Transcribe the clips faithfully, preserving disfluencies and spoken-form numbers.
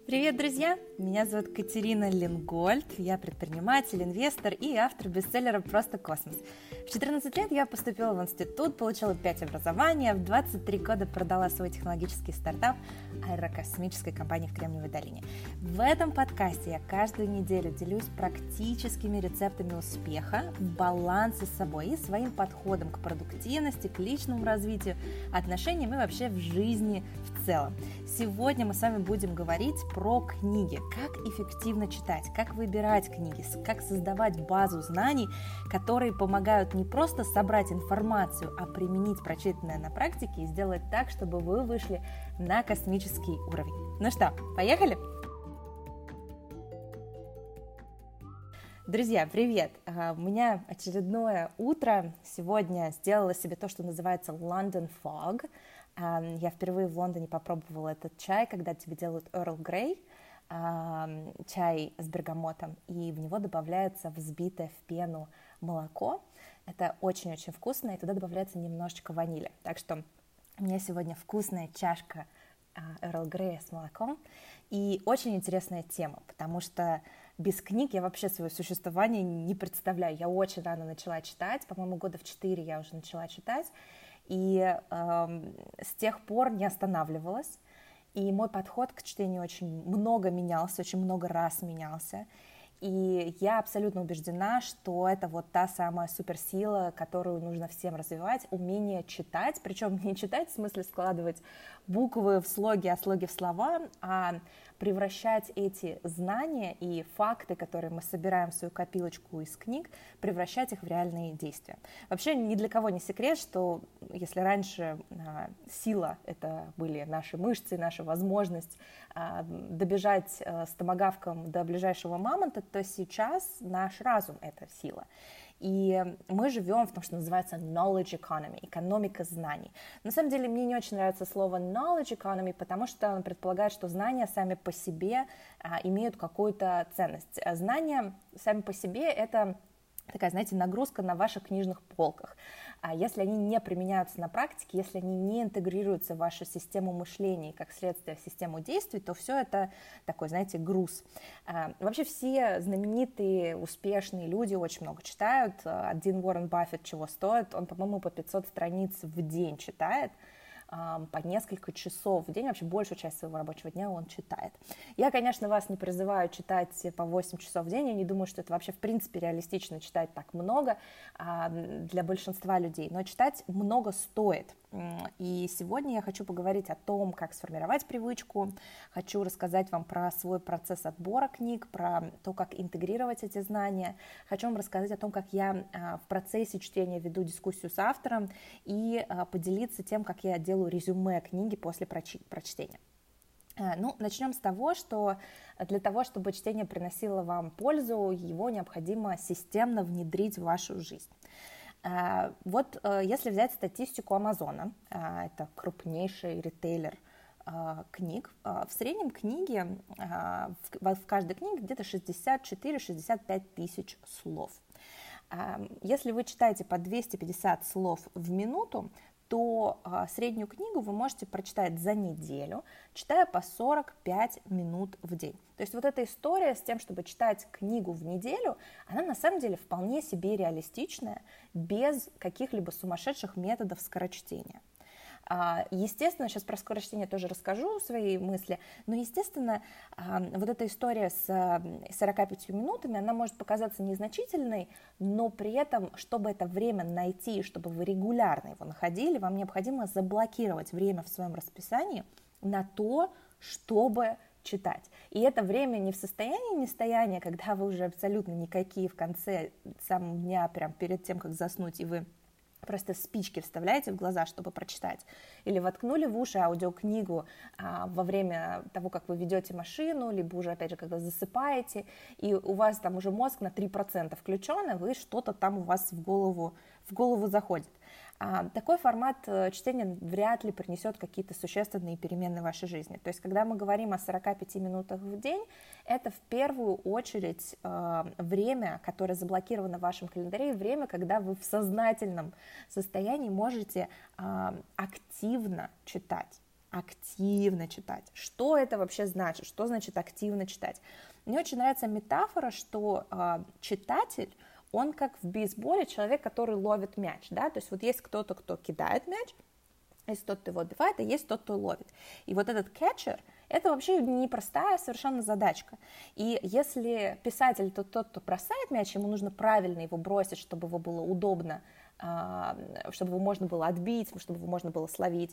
Привет, друзья! Меня зовут Катерина Ленгольд, я предприниматель, инвестор и автор бестселлера «Просто космос». В четырнадцать лет я поступила в институт, получила пять образований, а в двадцать три года продала свой технологический стартап аэрокосмической компании в Кремниевой долине. В этом подкасте я каждую неделю делюсь практическими рецептами успеха, баланса с собой и своим подходом к продуктивности, к личному развитию, отношениям и вообще в жизни в целом. Сегодня мы с вами будем говорить про книги, как эффективно читать, как выбирать книги, как создавать базу знаний, которые помогают не просто собрать информацию, а применить прочитанное на практике и сделать так, чтобы вы вышли на космический уровень. Ну что, поехали? Друзья, привет! У меня очередное утро. Сегодня сделала себе то, что называется London Fog. Я впервые в Лондоне попробовала этот чай, когда тебе делают Earl Grey, чай с бергамотом, и в него добавляется взбитое в пену молоко. Это очень-очень вкусно, и туда добавляется немножечко ванили. Так что у меня сегодня вкусная чашка Earl Grey с молоком. И очень интересная тема, потому что без книг я вообще свое существование не представляю. Я очень рано начала читать, по-моему, года в четыре я уже начала читать, и э, с тех пор не останавливалась. И мой подход к чтению очень много менялся, очень много раз менялся. И я абсолютно убеждена, что это вот та самая суперсила, которую нужно всем развивать, умение читать, причем не читать в смысле складывать буквы в слоги, а слоги в слова, а превращать эти знания и факты, которые мы собираем в свою копилочку из книг, превращать их в реальные действия. Вообще ни для кого не секрет, что если раньше а, сила — это были наши мышцы, наша возможность а, добежать а, с томагавком до ближайшего мамонта, то сейчас наш разум — это сила. И мы живем в том, что называется knowledge economy, экономика знаний. На самом деле мне не очень нравится слово knowledge economy, потому что оно предполагает, что знания сами по себе а, имеют какую-то ценность. А знания сами по себе — это такая, знаете, нагрузка на ваших книжных полках. А если они не применяются на практике, если они не интегрируются в вашу систему мышления и, как следствие, в систему действий, то все это такой, знаете, груз. А, вообще все знаменитые, успешные люди очень много читают. Один Уоррен Баффет чего стоит? Он, по-моему, по пятьсот страниц в день читает, по несколько часов в день, вообще большую часть своего рабочего дня он читает. Я, конечно, вас не призываю читать по восемь часов в день, я не думаю, что это вообще в принципе реалистично читать так много а, для большинства людей, но читать много стоит. И сегодня я хочу поговорить о том, как сформировать привычку, хочу рассказать вам про свой процесс отбора книг, про то, как интегрировать эти знания, хочу вам рассказать о том, как я в процессе чтения веду дискуссию с автором и поделиться тем, как я делаю резюме книги после прочтения. Ну, начнем с того, что для того, чтобы чтение приносило вам пользу, его необходимо системно внедрить в вашу жизнь. Вот если взять статистику Амазона, это крупнейший ритейлер книг, в среднем книги, в каждой книге где-то шестьдесят четыре - шестьдесят пять тысяч слов. Если вы читаете по двести пятьдесят слов в минуту, то а, среднюю книгу вы можете прочитать за неделю, читая по сорок пять минут в день. То есть вот эта история с тем, чтобы читать книгу в неделю, она на самом деле вполне себе реалистичная, без каких-либо сумасшедших методов скорочтения. Естественно, сейчас про скорочтение тоже расскажу свои мысли, но, естественно, вот эта история с сорока пятью минутами, она может показаться незначительной, но при этом, чтобы это время найти, чтобы вы регулярно его находили, вам необходимо заблокировать время в своем расписании на то, чтобы читать. И это время не в состоянии нестояния, когда вы уже абсолютно никакие в конце самого дня, прям перед тем, как заснуть, и вы просто спички вставляете в глаза, чтобы прочитать, или воткнули в уши аудиокнигу а, во время того, как вы ведете машину, либо уже, опять же, когда засыпаете, и у вас там уже мозг на три процента включен, и вы что-то там у вас в голову, в голову заходит. А, такой формат чтения вряд ли принесет какие-то существенные перемены в вашей жизни. То есть, когда мы говорим о сорока пяти минутах в день, это в первую очередь э, время, которое заблокировано в вашем календаре, время, когда вы в сознательном состоянии можете э, активно читать. активно читать. Что это вообще значит? Что значит активно читать? Мне очень нравится метафора, что э, читатель, он как в бейсболе человек, который ловит мяч, да, то есть вот есть кто-то, кто кидает мяч, есть тот, кто его отбивает, а есть тот, кто ловит. И вот этот catcher — это вообще непростая совершенно задачка. И если писатель, то тот, кто бросает мяч, ему нужно правильно его бросить, чтобы его было удобно, чтобы его можно было отбить, чтобы его можно было словить,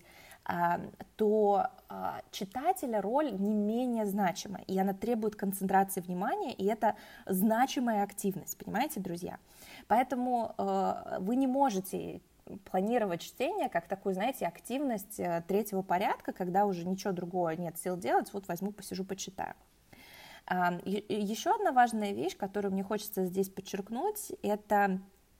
то читателя роль не менее значима, и она требует концентрации внимания, и это значимая активность, понимаете, друзья? Поэтому вы не можете планировать чтение как такую, знаете, активность третьего порядка, когда уже ничего другого нет сил делать, вот возьму, посижу, почитаю. Еще одна важная вещь, которую мне хочется здесь подчеркнуть, это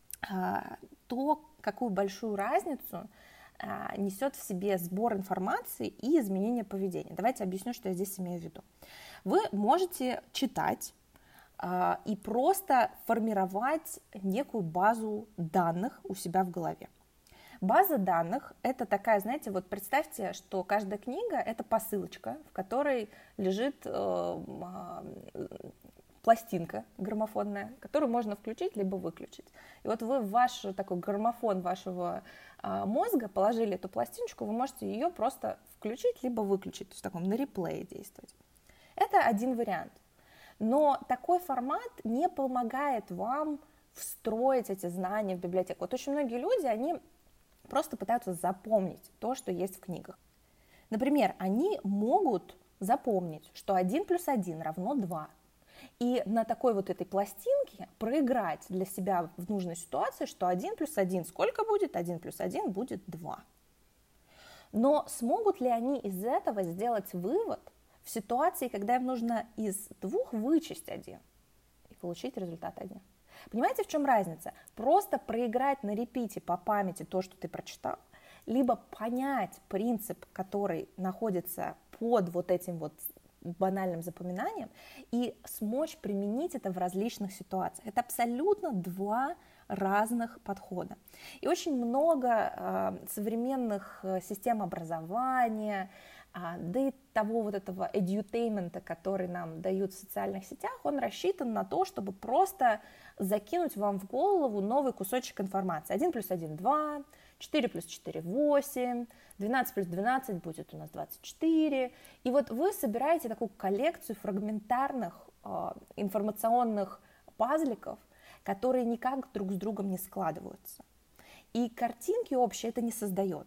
то, какую большую разницу несет в себе сбор информации и изменение поведения. Давайте объясню, что я здесь имею в виду. Вы можете читать и просто формировать некую базу данных у себя в голове. База данных — это такая, знаете, вот представьте, что каждая книга — это посылочка, в которой лежит э, э, пластинка граммофонная, которую можно включить либо выключить. И вот вы в ваш такой граммофон вашего э, мозга положили эту пластиночку, вы можете ее просто включить либо выключить, то есть в таком на реплее действовать. Это один вариант. Но такой формат не помогает вам встроить эти знания в библиотеку. Вот очень многие люди, они просто пытаются запомнить то, что есть в книгах. Например, они могут запомнить, что один плюс один равно два. И на такой вот этой пластинке проиграть для себя в нужной ситуации, что один плюс один сколько будет? один плюс один будет два. Но смогут ли они из этого сделать вывод в ситуации, когда им нужно из двух вычесть один и получить результат один? Понимаете, в чем разница? Просто проиграть на репите по памяти то, что ты прочитал, либо понять принцип, который находится под вот этим вот банальным запоминанием, и смочь применить это в различных ситуациях. Это абсолютно два разных подхода. И очень много э, современных систем образования, да и того вот этого edutainment, который нам дают в социальных сетях, он рассчитан на то, чтобы просто закинуть вам в голову новый кусочек информации. один плюс один – два, четыре плюс четыре – восемь, двенадцать плюс двенадцать будет у нас двадцать четыре. И вот вы собираете такую коллекцию фрагментарных э, информационных пазликов, которые никак друг с другом не складываются. И картинки общие это не создает.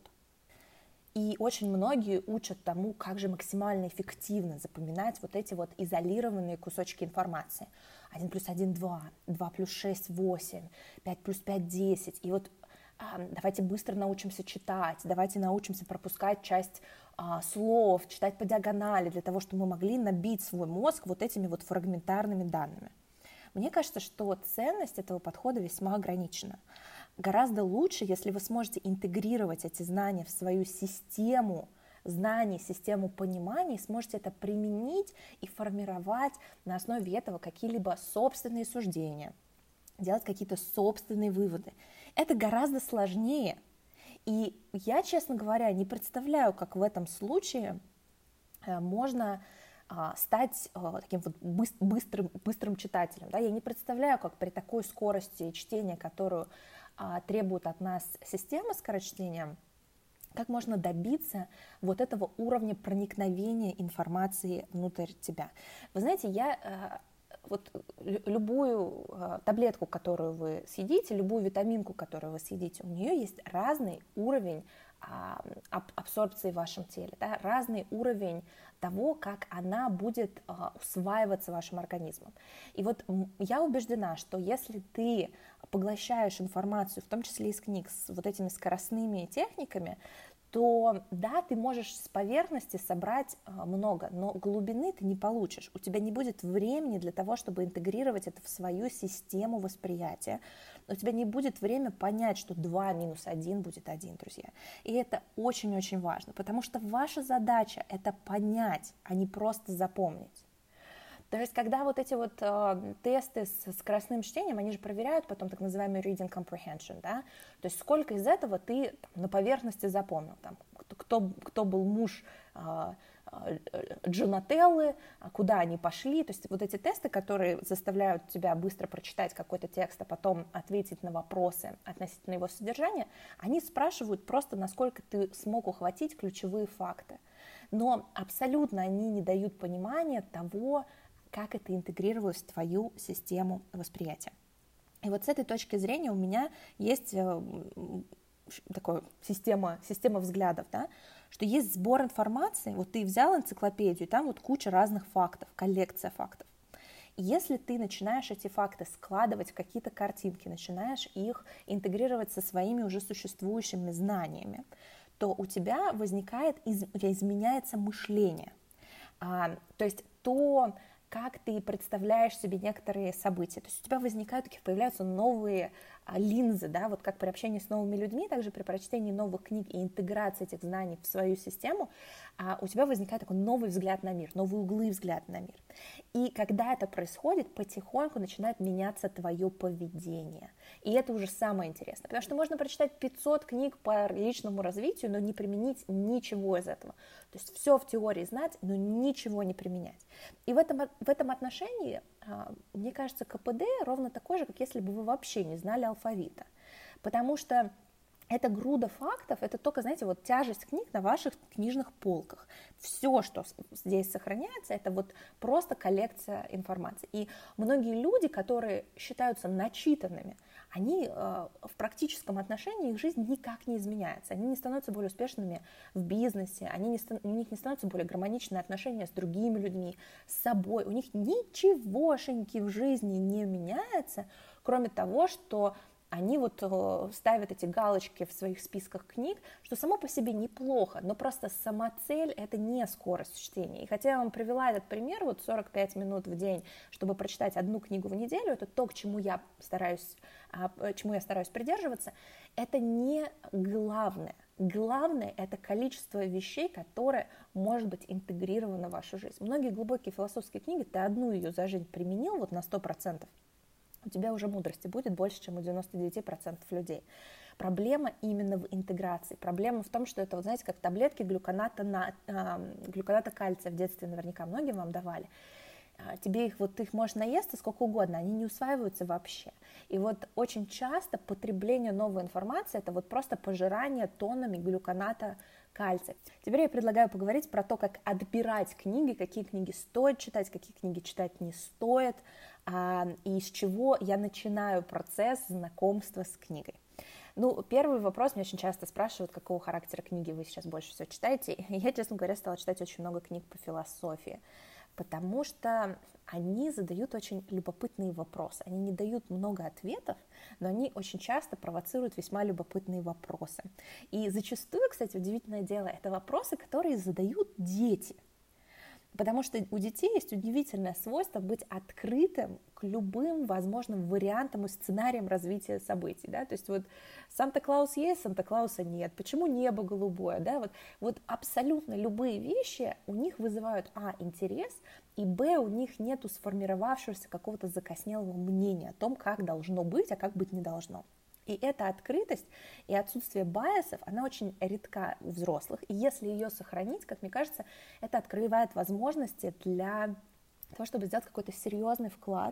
И очень многие учат тому, как же максимально эффективно запоминать вот эти вот изолированные кусочки информации. один плюс один – два, два плюс шесть – восемь, пять плюс пять – десять. И вот а, давайте быстро научимся читать, давайте научимся пропускать часть а, слов, читать по диагонали, для того, чтобы мы могли набить свой мозг вот этими вот фрагментарными данными. Мне кажется, что ценность этого подхода весьма ограничена. Гораздо лучше, если вы сможете интегрировать эти знания в свою систему знаний, систему пониманий, сможете это применить и формировать на основе этого какие-либо собственные суждения, делать какие-то собственные выводы. Это гораздо сложнее. И я, честно говоря, не представляю, как в этом случае можно стать таким вот быстрым, быстрым читателем. Да? Я не представляю, как при такой скорости чтения, которую а, требует от нас система скорочтения, как можно добиться вот этого уровня проникновения информации внутрь тебя. Вы знаете, я а, вот любую а, таблетку, которую вы съедите, любую витаминку, которую вы съедите, у нее есть разный уровень а, аб- абсорбции в вашем теле, да? Разный уровень того, как она будет а, усваиваться вашим организмом. И вот я убеждена, что если ты поглощаешь информацию, в том числе из книг, с вот этими скоростными техниками, то да, ты можешь с поверхности собрать а, много, но глубины ты не получишь. У тебя не будет времени для того, чтобы интегрировать это в свою систему восприятия. У тебя не будет времени понять, что два минус один будет один, друзья. И это очень-очень важно, потому что ваша задача – это понять, а не просто запомнить. То есть, когда вот эти вот э, тесты с скоростным чтением, они же проверяют потом так называемый reading comprehension, да, то есть сколько из этого ты там, на поверхности запомнил, там, кто, кто был муж Джонателлы, куда они пошли, то есть вот эти тесты, которые заставляют тебя быстро прочитать какой-то текст, а потом ответить на вопросы относительно его содержания, они спрашивают просто, насколько ты смог ухватить ключевые факты, но абсолютно они не дают понимания того, как это интегрировалось в твою систему восприятия. И вот с этой точки зрения у меня есть такая система, система взглядов, да, что есть сбор информации, вот ты взял энциклопедию, там вот куча разных фактов, коллекция фактов. И если ты начинаешь эти факты складывать в какие-то картинки, начинаешь их интегрировать со своими уже существующими знаниями, то у тебя возникает, из, у тебя изменяется мышление. А, то есть то, как ты представляешь себе некоторые события. То есть у тебя возникают, такие появляются новые а, линзы, да, вот как при общении с новыми людьми, также при прочтении новых книг и интеграции этих знаний в свою систему, а, у тебя возникает такой новый взгляд на мир, новые углы взгляда на мир. И когда это происходит, потихоньку начинает меняться твое поведение. И это уже самое интересное, потому что можно прочитать пятьсот книг по личному развитию, но не применить ничего из этого. То есть все в теории знать, но ничего не применять. И в этом, в этом отношении, мне кажется, ка пэ дэ ровно такой же, как если бы вы вообще не знали алфавита. Потому что это груда фактов, это только, знаете, вот тяжесть книг на ваших книжных полках. Все, что здесь сохраняется, это вот просто коллекция информации. И многие люди, которые считаются начитанными, они э, в практическом отношении, их жизнь никак не изменяется. Они не становятся более успешными в бизнесе, они не, у них не становятся более гармоничные отношения с другими людьми, с собой. У них ничегошеньки в жизни не меняется, кроме того, что они вот ставят эти галочки в своих списках книг, что само по себе неплохо, но просто сама цель – это не скорость чтения. И хотя я вам привела этот пример, вот сорок пять минут в день, чтобы прочитать одну книгу в неделю, это то, к чему я стараюсь, чему я стараюсь придерживаться, это не главное. Главное – это количество вещей, которое может быть интегрировано в вашу жизнь. Многие глубокие философские книги, ты одну ее за жизнь применил вот на сто процентов, у тебя уже мудрости будет больше, чем у девяноста девяти процентов людей. Проблема именно в интеграции. Проблема в том, что это, вот знаете, как таблетки глюконата, на, э, глюконата кальция в детстве наверняка многим вам давали. Тебе их, вот ты их можешь наесться сколько угодно, они не усваиваются вообще. И вот очень часто потребление новой информации – это вот просто пожирание тоннами глюконата кальция. Теперь я предлагаю поговорить про то, как отбирать книги, какие книги стоит читать, какие книги читать не стоит, и с чего я начинаю процесс знакомства с книгой. Ну, первый вопрос меня очень часто спрашивают, какого характера книги вы сейчас больше всего читаете. Я, честно говоря, стала читать очень много книг по философии, потому что они задают очень любопытные вопросы. Они не дают много ответов, но они очень часто провоцируют весьма любопытные вопросы. И зачастую, кстати, удивительное дело, это вопросы, которые задают дети. Потому что у детей есть удивительное свойство быть открытым к любым возможным вариантам и сценариям развития событий. Да? То есть вот Санта-Клаус есть, Санта-Клауса нет. Почему небо голубое? Да? Вот, вот абсолютно любые вещи у них вызывают а. интерес, и б. у них нету сформировавшегося какого-то закоснелого мнения о том, как должно быть, а как быть не должно. И эта открытость и отсутствие байесов, она очень редка у взрослых. И если ее сохранить, как мне кажется, это открывает возможности для того, чтобы сделать какой-то серьезный вклад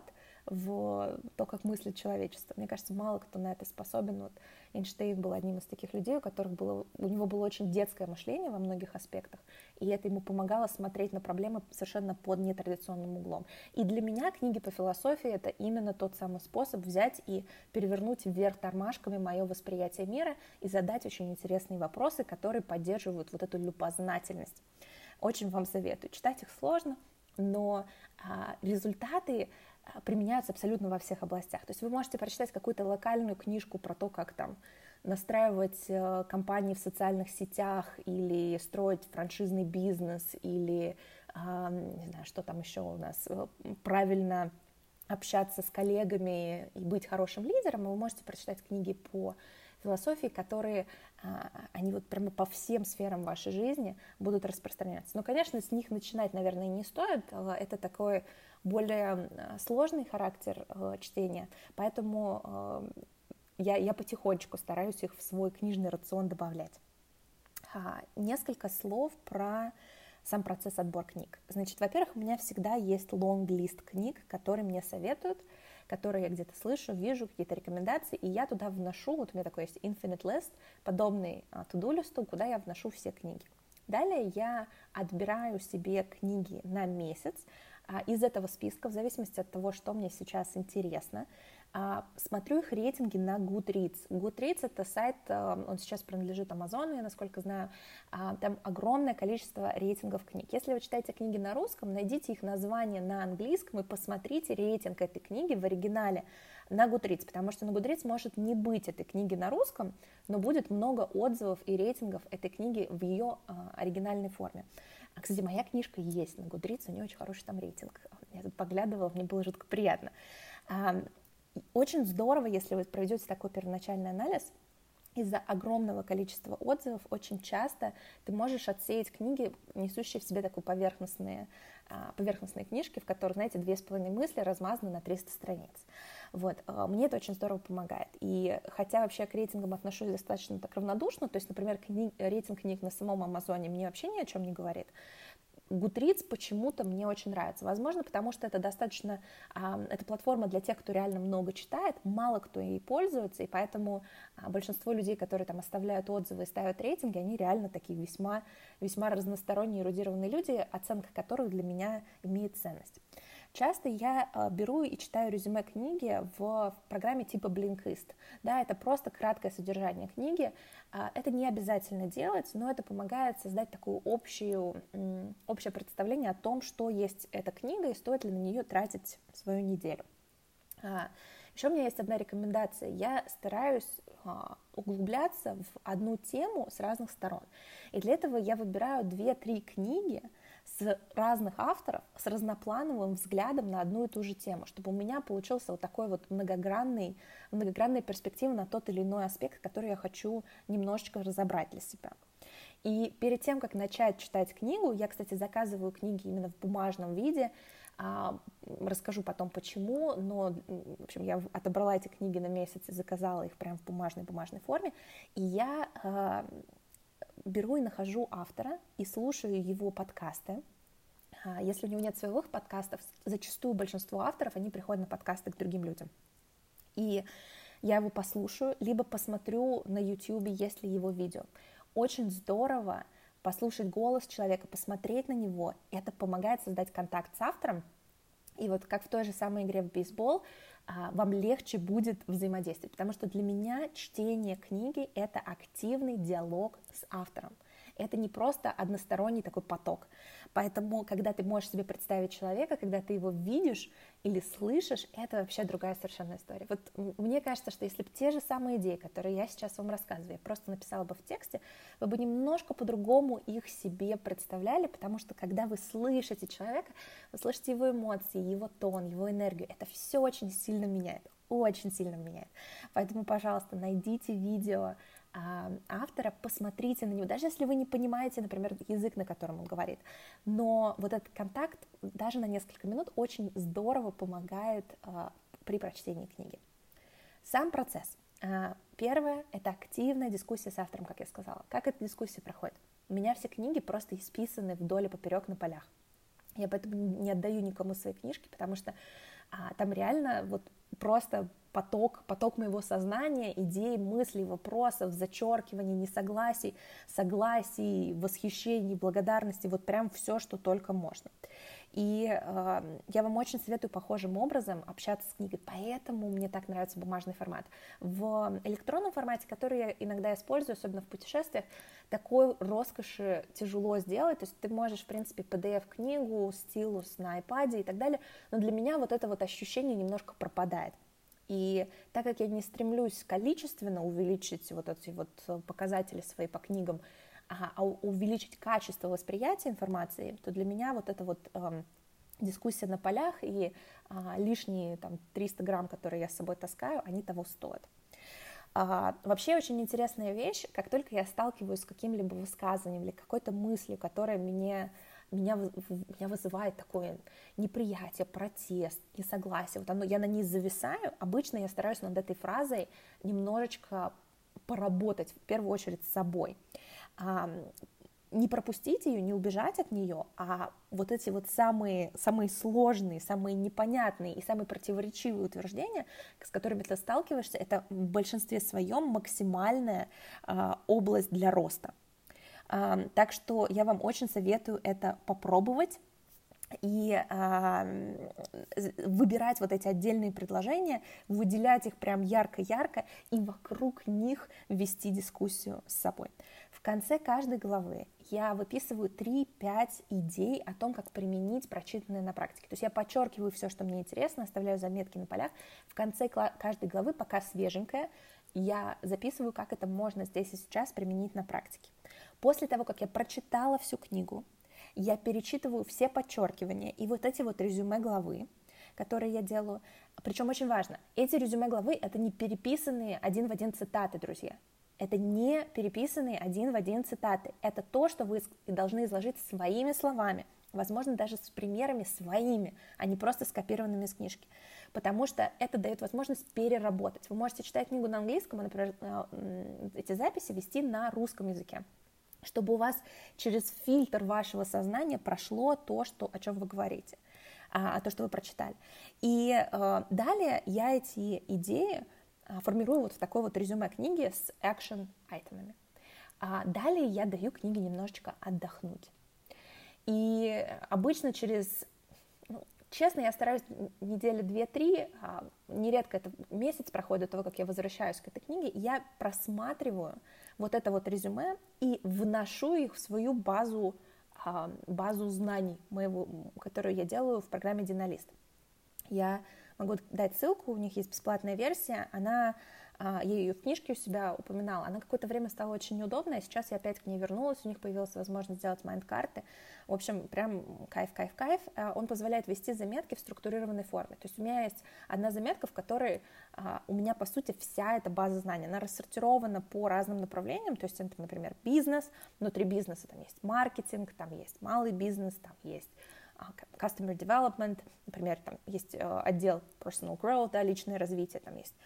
в то, как мыслит человечество. Мне кажется, мало кто на это способен. Вот Эйнштейн был одним из таких людей, у которых было, у него было очень детское мышление во многих аспектах, и это ему помогало смотреть на проблемы совершенно под нетрадиционным углом. И для меня книги по философии — это именно тот самый способ взять и перевернуть вверх тормашками мое восприятие мира и задать очень интересные вопросы, которые поддерживают вот эту любознательность. Очень вам советую. Читать их сложно, но а, результаты а, применяются абсолютно во всех областях. То есть вы можете прочитать какую-то локальную книжку про то, как там настраивать э, компании в социальных сетях или строить франшизный бизнес, или, э, не знаю, что там еще у нас, э, правильно общаться с коллегами и быть хорошим лидером, и вы можете прочитать книги по философии, которые, они вот прямо по всем сферам вашей жизни будут распространяться. Но, конечно, с них начинать, наверное, не стоит, это такой более сложный характер чтения, поэтому я, я потихонечку стараюсь их в свой книжный рацион добавлять. А, несколько слов про сам процесс отбора книг. Значит, во-первых, у меня всегда есть лонг-лист книг, которые мне советуют, которые я где-то слышу, вижу, какие-то рекомендации, и я туда вношу, вот у меня такой есть infinite list, подобный а, to-do-листу, куда я вношу все книги. Далее я отбираю себе книги на месяц а, из этого списка, в зависимости от того, что мне сейчас интересно. А, смотрю их рейтинги на Goodreads. Goodreads — это сайт, он сейчас принадлежит Амазону, я насколько знаю, а, там огромное количество рейтингов книг. Если вы читаете книги на русском, найдите их название на английском и посмотрите рейтинг этой книги в оригинале на Goodreads, потому что на Goodreads может не быть этой книги на русском, но будет много отзывов и рейтингов этой книги в ее а, оригинальной форме. А, кстати, моя книжка есть на Goodreads, у нее очень хороший там рейтинг. Я тут поглядывала, мне было жутко приятно. Очень здорово, если вы проведете такой первоначальный анализ. Из-за огромного количества отзывов очень часто ты можешь отсеять книги, несущие в себе такие поверхностные, поверхностные книжки, в которых, знаете, две с половиной мысли размазаны на триста страниц. Вот. Мне это очень здорово помогает. И хотя вообще к рейтингам отношусь достаточно так равнодушно, то есть, например, книг, рейтинг книг на самом Амазоне мне вообще ни о чем не говорит, Goodreads почему-то мне очень нравится. Возможно, потому что это достаточно, это платформа для тех, кто реально много читает, мало кто ей пользуется, и поэтому большинство людей, которые там оставляют отзывы и ставят рейтинги, они реально такие весьма, весьма разносторонние, эрудированные люди, оценка которых для меня имеет ценность. Часто я беру и читаю резюме книги в программе типа Blinkist. Да, это просто краткое содержание книги. Это не обязательно делать, но это помогает создать такое общее, общее представление о том, что есть эта книга и стоит ли на нее тратить свою неделю. Еще у меня есть одна рекомендация. Я стараюсь углубляться в одну тему с разных сторон. И для этого я выбираю две-три книги с разных авторов, с разноплановым взглядом на одну и ту же тему, чтобы у меня получился вот такой вот многогранный, многогранная перспектива на тот или иной аспект, который я хочу немножечко разобрать для себя. И перед тем, как начать читать книгу, я, кстати, заказываю книги именно в бумажном виде, расскажу потом почему, но, в общем, я отобрала эти книги на месяц и заказала их прямо в бумажной бумажной форме, и я беру и нахожу автора и слушаю его подкасты. Если у него нет своих подкастов, зачастую большинство авторов, они приходят на подкасты к другим людям. И я его послушаю, либо посмотрю на YouTube, есть ли его видео. Очень здорово послушать голос человека, посмотреть на него. Это помогает создать контакт с автором. И вот как в той же самой игре в бейсбол, вам легче будет взаимодействовать, потому что для меня чтение книги — это активный диалог с автором. Это не просто односторонний такой поток. Поэтому, когда ты можешь себе представить человека, когда ты его видишь или слышишь, это вообще другая совершенно история. Вот мне кажется, что если бы те же самые идеи, которые я сейчас вам рассказываю, я просто написала бы в тексте, вы бы немножко по-другому их себе представляли, потому что когда вы слышите человека, вы слышите его эмоции, его тон, его энергию, это все очень сильно меняет, очень сильно меняет. Поэтому, пожалуйста, найдите видео автора, посмотрите на него, даже если вы не понимаете, например, язык, на котором он говорит, но вот этот контакт даже на несколько минут очень здорово помогает а, при прочтении книги. Сам процесс. А, первое — это активная дискуссия с автором, как я сказала. Как эта дискуссия проходит? У меня все книги просто исписаны вдоль и поперек на полях. Я поэтому не отдаю никому свои книжки, потому что а, там реально вот просто поток, поток моего сознания, идей, мыслей, вопросов, зачеркиваний, несогласий, согласий, восхищений, благодарности, вот прям все, что только можно. И э, я вам очень советую похожим образом общаться с книгой, поэтому мне так нравится бумажный формат. В электронном формате, который я иногда использую, особенно в путешествиях, такой роскоши тяжело сделать, то есть ты можешь, в принципе, пи ди эф-книгу, стилус на iPad и так далее, но для меня вот это вот ощущение немножко пропадает. И так как я не стремлюсь количественно увеличить вот эти вот показатели свои по книгам, а увеличить качество восприятия информации, то для меня вот эта вот э, дискуссия на полях и э, лишние там, триста грамм, которые я с собой таскаю, они того стоят. А, вообще очень интересная вещь, как только я сталкиваюсь с каким-либо высказыванием или какой-то мыслью, которая мне, меня, меня вызывает такое неприятие, протест, несогласие, вот оно, я на ней зависаю, обычно я стараюсь над этой фразой немножечко поработать, в первую очередь с собой. не пропустить ее, не убежать от нее, а вот эти вот самые, самые сложные, самые непонятные и самые противоречивые утверждения, с которыми ты сталкиваешься, это в большинстве своем максимальная а, область для роста. А, так что я вам очень советую это попробовать и а, выбирать вот эти отдельные предложения, выделять их прям ярко-ярко и вокруг них вести дискуссию с собой. В конце каждой главы я выписываю три-пять идей о том, как применить прочитанное на практике. То есть я подчеркиваю все, что мне интересно, оставляю заметки на полях. В конце каждой главы, пока свеженькая, я записываю, как это можно здесь и сейчас применить на практике. После того, как я прочитала всю книгу, я перечитываю все подчеркивания и вот эти вот резюме главы, которые я делаю. Причем очень важно, эти резюме главы — это не переписанные один в один цитаты, друзья. Это не переписанные один в один цитаты. Это то, что вы должны изложить своими словами, возможно, даже с примерами своими, а не просто скопированными из книжки. Потому что это дает возможность переработать. Вы можете читать книгу на английском, и, например, эти записи вести на русском языке, чтобы у вас через фильтр вашего сознания прошло то, что, о чем вы говорите, а, то, что вы прочитали. И а, далее я эти идеи формирую вот в такой вот резюме книги с экшен-айтемами. А далее я даю книге немножечко отдохнуть. И обычно через, ну, честно, я стараюсь недели две-три, а нередко это месяц проходит до того, как я возвращаюсь к этой книге, я просматриваю вот это вот резюме и вношу их в свою базу, базу знаний, моего, которую я делаю в программе Диналист. Я могу дать ссылку, у них есть бесплатная версия, она, я ее в книжке у себя упоминала, она какое-то время стала очень неудобной, а сейчас я опять к ней вернулась, у них появилась возможность сделать майнд-карты, в общем, прям кайф, кайф, кайф, он позволяет вести заметки в структурированной форме, то есть у меня есть одна заметка, в которой у меня, по сути, вся эта база знаний, она рассортирована по разным направлениям, то есть это, например, бизнес, внутри бизнеса там есть маркетинг, там есть малый бизнес, там есть customer development, например, там есть отдел personal growth, да, личное развитие, там есть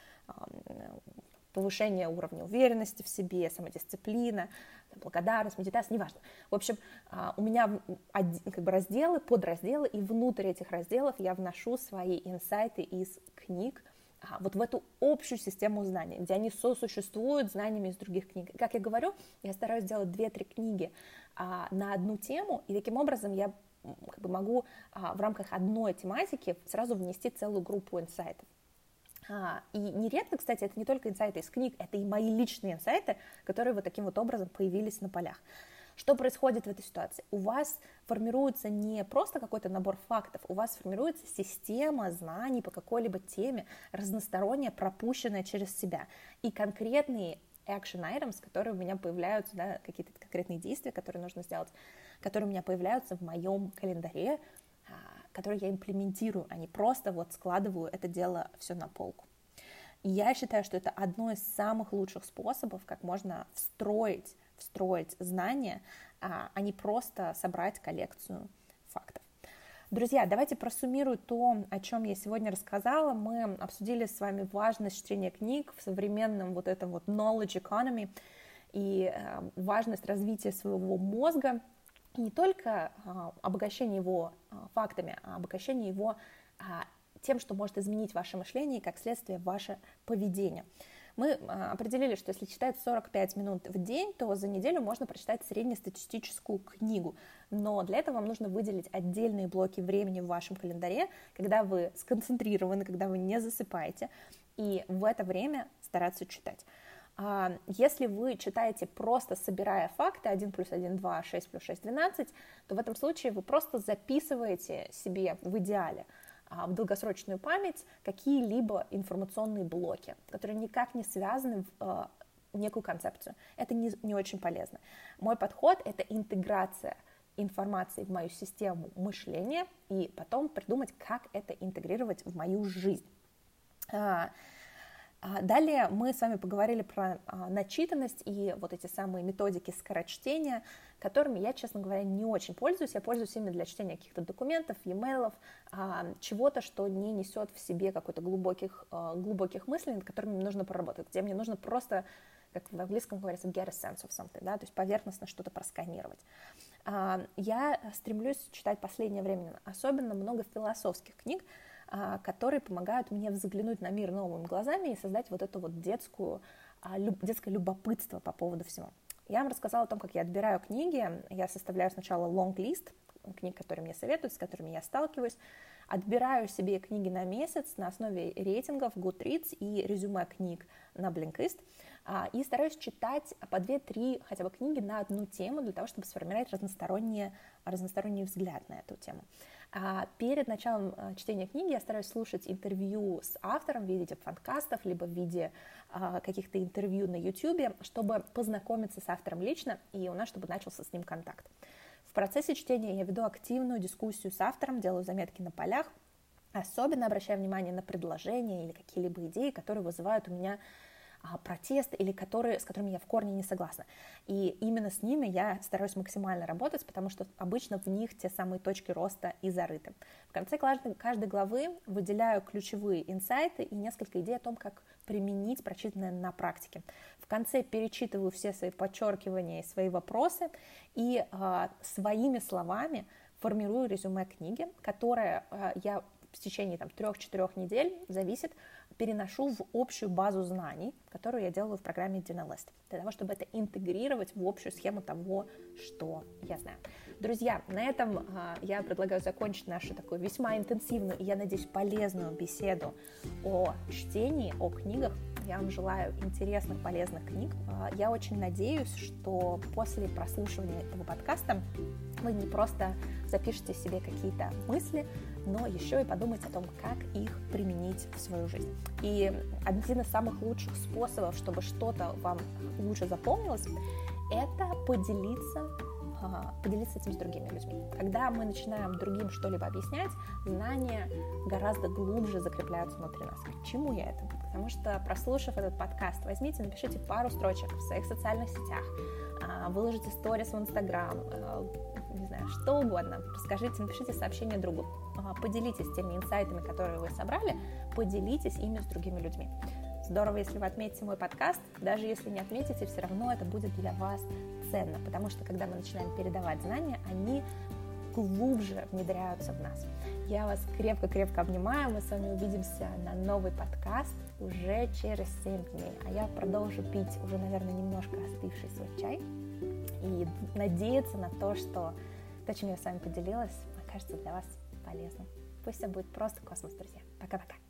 повышение уровня уверенности в себе, самодисциплина, благодарность, медитация, неважно. В общем, у меня как бы разделы, подразделы, и внутрь этих разделов я вношу свои инсайты из книг вот в эту общую систему знаний, где они сосуществуют с знаниями из других книг. Как я говорю, я стараюсь сделать две-три книги на одну тему, и таким образом я как бы могу а, в рамках одной тематики сразу внести целую группу инсайтов. А, и нередко, кстати, это не только инсайты из книг, это и мои личные инсайты, которые вот таким вот образом появились на полях. Что происходит в этой ситуации? У вас формируется не просто какой-то набор фактов, у вас формируется система знаний по какой-либо теме, разносторонняя, пропущенная через себя. И конкретные action items, которые у меня появляются, да, какие-то конкретные действия, которые нужно сделать, которые у меня появляются в моем календаре, которые я имплементирую, а не просто вот складываю это дело все на полку. И я считаю, что это одно из самых лучших способов, как можно встроить, встроить знания, а не просто собрать коллекцию фактов. Друзья, давайте просуммирую то, о чем я сегодня рассказала. Мы обсудили с вами важность чтения книг в современном вот этом вот knowledge economy и важность развития своего мозга. И не только обогащение его фактами, а обогащение его тем, что может изменить ваше мышление и, как следствие, ваше поведение. Мы определили, что если читать сорок пять минут в день, то за неделю можно прочитать среднестатистическую книгу. Но для этого вам нужно выделить отдельные блоки времени в вашем календаре, когда вы сконцентрированы, когда вы не засыпаете, и в это время стараться читать. Если вы читаете просто собирая факты один плюс один, два, шесть плюс шесть, двенадцать, то в этом случае вы просто записываете себе в идеале в долгосрочную память какие-либо информационные блоки, которые никак не связаны в некую концепцию. Это не, не очень полезно. Мой подход — это интеграция информации в мою систему мышления и потом придумать, как это интегрировать в мою жизнь. Далее мы с вами поговорили про начитанность и вот эти самые методики скорочтения, которыми я, честно говоря, не очень пользуюсь. Я пользуюсь ими для чтения каких-то документов, e-mail'ов, чего-то, что не несет в себе какой-то глубоких, глубоких мыслей, над которыми мне нужно поработать, где мне нужно просто как в английском говорится, get a sense of something, да, то есть поверхностно что-то просканировать. Я стремлюсь читать в последнее время особенно много философских книг, которые помогают мне взглянуть на мир новыми глазами и создать вот это вот детскую, детское любопытство по поводу всего. Я вам рассказала о том, как я отбираю книги. Я составляю сначала лонг-лист книг, которые мне советуют, с которыми я сталкиваюсь. Отбираю себе книги на месяц на основе рейтингов Goodreads и резюме книг на Blinkist. И стараюсь читать по две-три хотя бы книги на одну тему для того, чтобы сформировать разносторонний, разносторонний взгляд на эту тему. Перед началом чтения книги я стараюсь слушать интервью с автором в виде подкастов, либо в виде каких-то интервью на YouTube, чтобы познакомиться с автором лично, и у нас, чтобы начался с ним контакт. В процессе чтения я веду активную дискуссию с автором, делаю заметки на полях, особенно обращаю внимание на предложения или какие-либо идеи, которые вызывают у меня протест или которые, с которыми я в корне не согласна. И именно с ними я стараюсь максимально работать, потому что обычно в них те самые точки роста и зарыты. В конце каждой, каждой главы выделяю ключевые инсайты и несколько идей о том, как применить прочитанное на практике. В конце перечитываю все свои подчеркивания и свои вопросы и э, своими словами формирую резюме книги, которое э, я в течение там, трех-четырех недель, зависит, переношу в общую базу знаний, которую я делаю в программе Dinalyst, для того, чтобы это интегрировать в общую схему того, что я знаю. Друзья, на этом а, я предлагаю закончить нашу такую весьма интенсивную и, я надеюсь, полезную беседу о чтении, о книгах. Я вам желаю интересных, полезных книг. А, я очень надеюсь, что после прослушивания этого подкаста вы не просто запишите себе какие-то мысли, но еще и подумайте о том, как их применить в свою жизнь. И один из самых лучших способов, чтобы что-то вам лучше запомнилось, это поделиться, поделиться этим с другими людьми. Когда мы начинаем другим что-либо объяснять, знания гораздо глубже закрепляются внутри нас. К чему я это? Потому что, прослушав этот подкаст, возьмите, напишите пару строчек в своих социальных сетях, выложите сторис в Инстаграм, не знаю, что угодно, расскажите, напишите сообщение другу, поделитесь теми инсайтами, которые вы собрали, поделитесь ими с другими людьми. Здорово, если вы отметите мой подкаст, даже если не отметите, все равно это будет для вас ценно, потому что, когда мы начинаем передавать знания, они глубже внедряются в нас. Я вас крепко-крепко обнимаю, мы с вами увидимся на новый подкаст уже через семь дней, а я продолжу пить уже, наверное, немножко остывший свой чай и надеяться на то, что то, чем я с вами поделилась, окажется для вас полезным. Пусть все будет просто космос, друзья. Пока-пока.